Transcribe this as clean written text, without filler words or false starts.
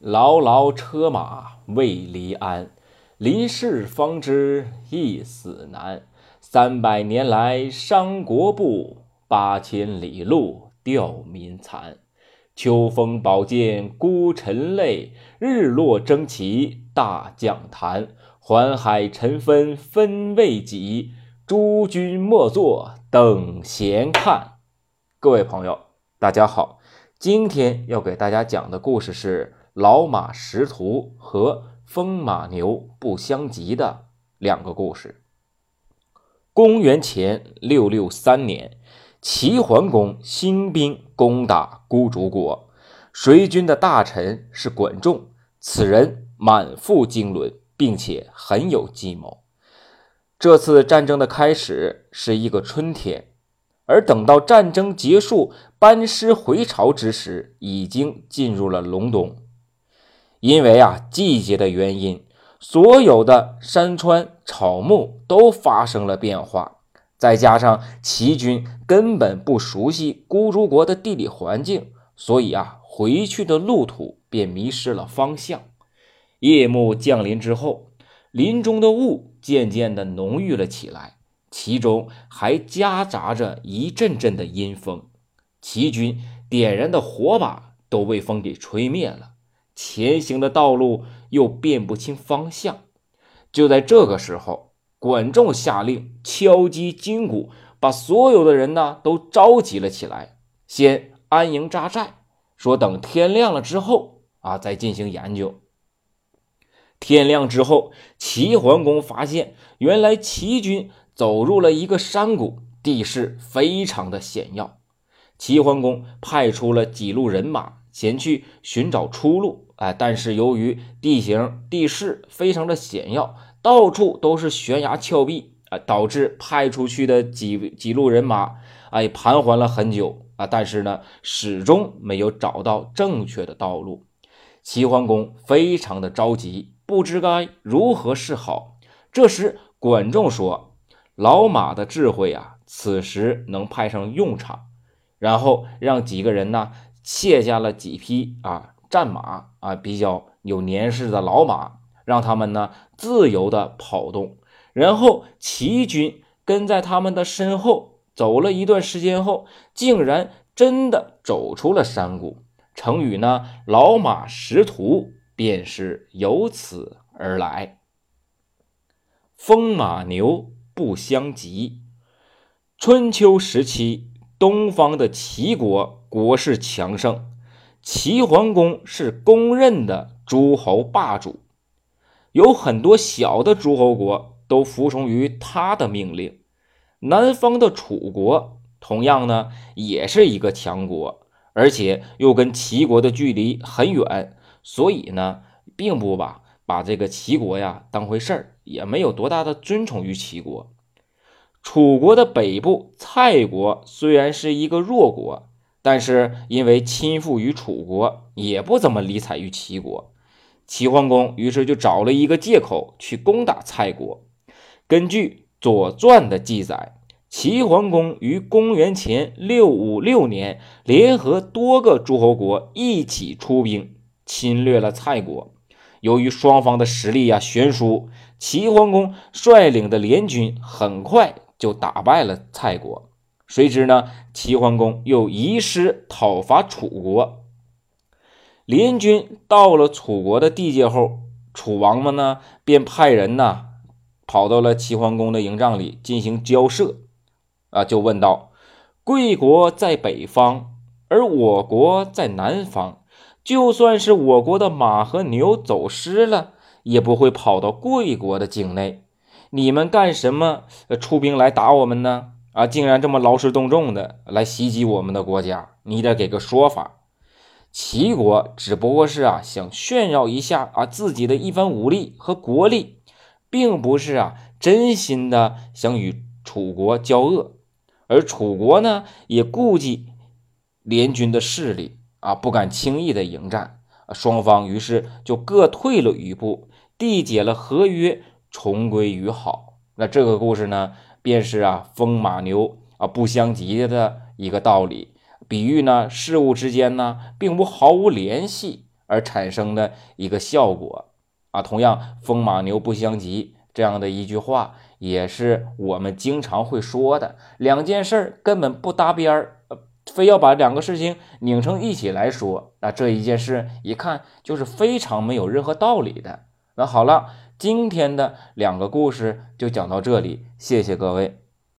牢牢车马未离鞍，临事方知一死难。300年来伤国步，8000里路吊民残。秋风宝剑孤臣泪，日落征旗大将坛。环海尘纷分未己，诸君莫作等闲看。各位朋友，大家好，今天要给大家讲的故事是老马识途和风马牛不相及的两个故事。公元前663年，齐桓公兴兵攻打孤竹国，随军的大臣是管仲，此人满腹经纶，并且很有计谋。这次战争的开始是一个春天，而等到战争结束，班师回朝之时，已经进入了隆冬。因为季节的原因，所有的山川草木都发生了变化，再加上齐军根本不熟悉孤竹国的地理环境，所以回去的路途便迷失了方向。夜幕降临之后，林中的雾渐渐的浓郁了起来，其中还夹杂着一阵阵的阴风。齐军点燃的火把都被风给吹灭了，前行的道路又辨不清方向。就在这个时候，管仲下令敲击金鼓，把所有的人都召集了起来，先安营扎寨，说等天亮了之后再进行研究。天亮之后，齐桓公发现原来齐军走入了一个山谷，地势非常的险要。齐桓公派出了几路人马前去寻找出路，但是由于地形地势非常的险要，到处都是悬崖峭壁，导致派出去的几路人马盘桓了很久但是呢始终没有找到正确的道路。齐桓公非常的着急，不知该如何是好。这时管仲说，老马的智慧此时能派上用场。然后让几个人卸下了几匹战马比较有年事的老马，让他们自由的跑动。然后齐军跟在他们的身后走了一段时间后，竟然真的走出了山谷。成语老马识途便是由此而来。风马牛不相及。春秋时期，东方的齐国国势强盛，齐桓公是公认的诸侯霸主，有很多小的诸侯国都服从于他的命令。南方的楚国同样也是一个强国，而且又跟齐国的距离很远，所以并不把这个齐国当回事儿，也没有多大的尊崇于齐国。楚国的北部蔡国虽然是一个弱国，但是因为亲附于楚国，也不怎么理睬于齐国。齐桓公于是就找了一个借口去攻打蔡国。根据《左传》的记载，齐桓公于公元前656年联合多个诸侯国一起出兵侵略了蔡国。由于双方的实力悬殊，齐桓公率领的联军很快就打败了蔡国。谁知齐桓公又移师讨伐楚国。联军到了楚国的地界后，楚王们便派人跑到了齐桓公的营帐里进行交涉就问道，贵国在北方，而我国在南方，就算是我国的马和牛走失了，也不会跑到贵国的境内，你们干什么出兵来打我们呢？竟然这么劳师动众的来袭击我们的国家，你得给个说法。齐国只不过是想炫耀一下自己的一番武力和国力，并不是真心的想与楚国交恶。而楚国也顾忌联军的势力不敢轻易的迎战，双方于是就各退了一步，缔结了合约，重归于好。那这个故事便是风马牛不相及的一个道理，比喻事物之间并不毫无联系而产生的一个效果啊。同样，风马牛不相及这样的一句话，也是我们经常会说的。两件事根本不搭边儿，非要把两个事情拧成一起来说，那这一件事一看就是非常没有任何道理的。那好了，今天的2个故事就讲到这里，谢谢各位。